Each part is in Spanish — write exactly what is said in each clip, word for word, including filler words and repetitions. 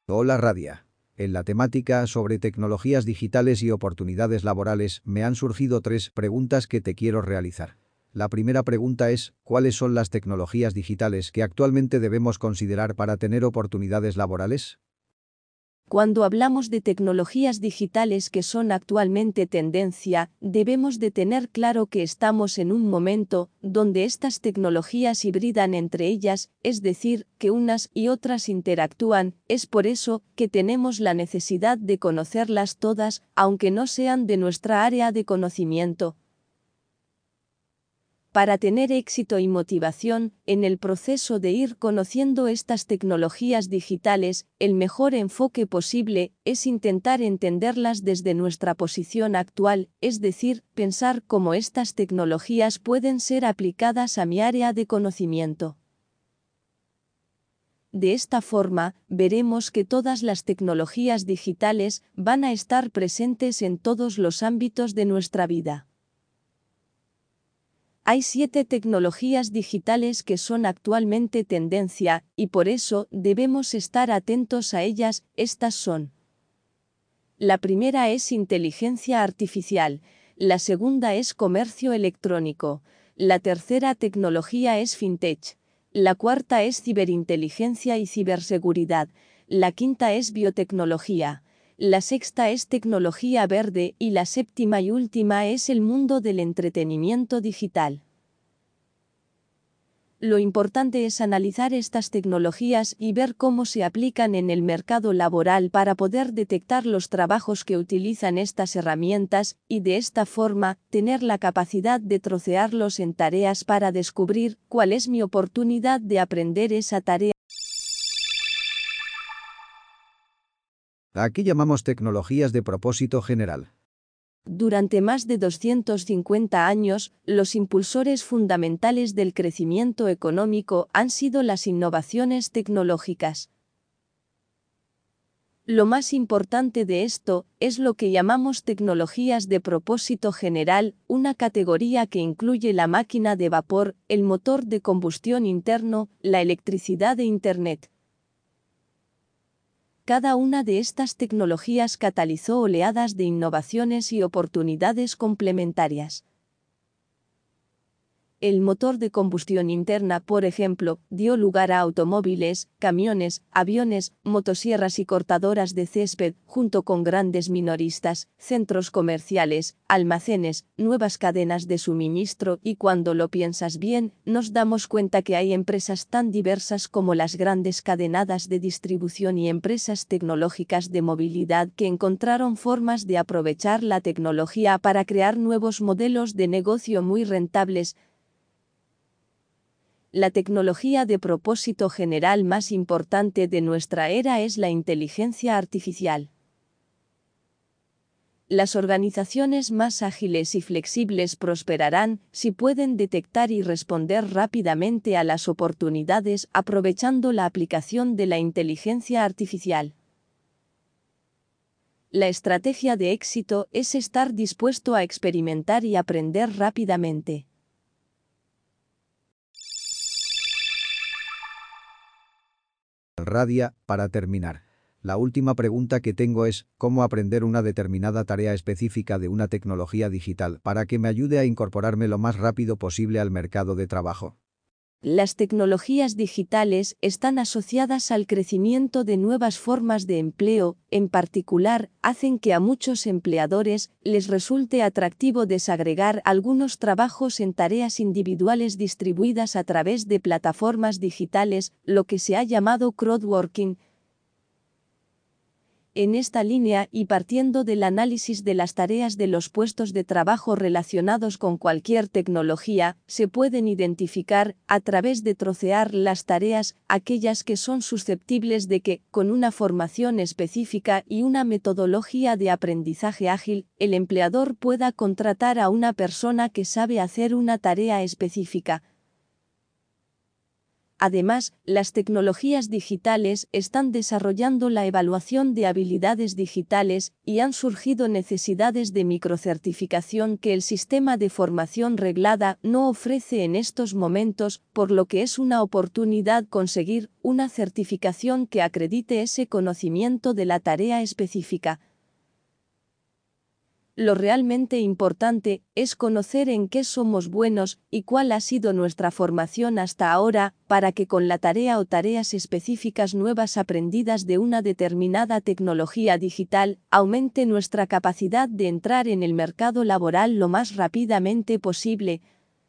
Hola Radia. En la temática sobre tecnologías digitales y oportunidades laborales me han surgido tres preguntas que te quiero realizar. La primera pregunta es, ¿cuáles son las tecnologías digitales que actualmente debemos considerar para tener oportunidades laborales? Cuando hablamos de tecnologías digitales que son actualmente tendencia, debemos de tener claro que estamos en un momento donde estas tecnologías hibridan entre ellas, es decir, que unas y otras interactúan. Es por eso que tenemos la necesidad de conocerlas todas, aunque no sean de nuestra área de conocimiento. Para tener éxito y motivación en el proceso de ir conociendo estas tecnologías digitales, el mejor enfoque posible es intentar entenderlas desde nuestra posición actual, es decir, pensar cómo estas tecnologías pueden ser aplicadas a mi área de conocimiento. De esta forma, veremos que todas las tecnologías digitales van a estar presentes en todos los ámbitos de nuestra vida. Hay siete tecnologías digitales que son actualmente tendencia, y por eso debemos estar atentos a ellas. Estas son: la primera es inteligencia artificial, la segunda es comercio electrónico, la tercera tecnología es fintech, la cuarta es ciberinteligencia y ciberseguridad, la quinta es biotecnología, la sexta es tecnología verde y la séptima y última es el mundo del entretenimiento digital. Lo importante es analizar estas tecnologías y ver cómo se aplican en el mercado laboral para poder detectar los trabajos que utilizan estas herramientas y de esta forma tener la capacidad de trocearlos en tareas para descubrir cuál es mi oportunidad de aprender esa tarea. ¿A qué llamamos tecnologías de propósito general? Durante más de doscientos cincuenta años, los impulsores fundamentales del crecimiento económico han sido las innovaciones tecnológicas. Lo más importante de esto es lo que llamamos tecnologías de propósito general, una categoría que incluye la máquina de vapor, el motor de combustión interno, la electricidad e Internet. Cada una de estas tecnologías catalizó oleadas de innovaciones y oportunidades complementarias. El motor de combustión interna, por ejemplo, dio lugar a automóviles, camiones, aviones, motosierras y cortadoras de césped, junto con grandes minoristas, centros comerciales, almacenes, nuevas cadenas de suministro y cuando lo piensas bien, nos damos cuenta que hay empresas tan diversas como las grandes cadenadas de distribución y empresas tecnológicas de movilidad que encontraron formas de aprovechar la tecnología para crear nuevos modelos de negocio muy rentables. La tecnología de propósito general más importante de nuestra era es la inteligencia artificial. Las organizaciones más ágiles y flexibles prosperarán si pueden detectar y responder rápidamente a las oportunidades aprovechando la aplicación de la inteligencia artificial. La estrategia de éxito es estar dispuesto a experimentar y aprender rápidamente. Radia, para terminar. La última pregunta que tengo es, ¿cómo aprender una determinada tarea específica de una tecnología digital para que me ayude a incorporarme lo más rápido posible al mercado de trabajo? Las tecnologías digitales están asociadas al crecimiento de nuevas formas de empleo, en particular, hacen que a muchos empleadores les resulte atractivo desagregar algunos trabajos en tareas individuales distribuidas a través de plataformas digitales, lo que se ha llamado crowdworking. En esta línea y partiendo del análisis de las tareas de los puestos de trabajo relacionados con cualquier tecnología, se pueden identificar, a través de trocear las tareas, aquellas que son susceptibles de que, con una formación específica y una metodología de aprendizaje ágil, el empleador pueda contratar a una persona que sabe hacer una tarea específica. Además, las tecnologías digitales están desarrollando la evaluación de habilidades digitales y han surgido necesidades de microcertificación que el sistema de formación reglada no ofrece en estos momentos, por lo que es una oportunidad conseguir una certificación que acredite ese conocimiento de la tarea específica. Lo realmente importante es conocer en qué somos buenos y cuál ha sido nuestra formación hasta ahora, para que con la tarea o tareas específicas nuevas aprendidas de una determinada tecnología digital, aumente nuestra capacidad de entrar en el mercado laboral lo más rápidamente posible.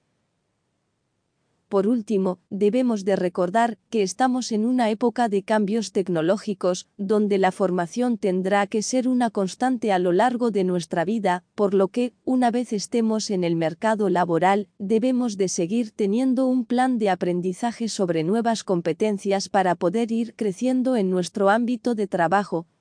Por último, debemos de recordar que estamos en una época de cambios tecnológicos, donde la formación tendrá que ser una constante a lo largo de nuestra vida, por lo que, una vez estemos en el mercado laboral, debemos de seguir teniendo un plan de aprendizaje sobre nuevas competencias para poder ir creciendo en nuestro ámbito de trabajo.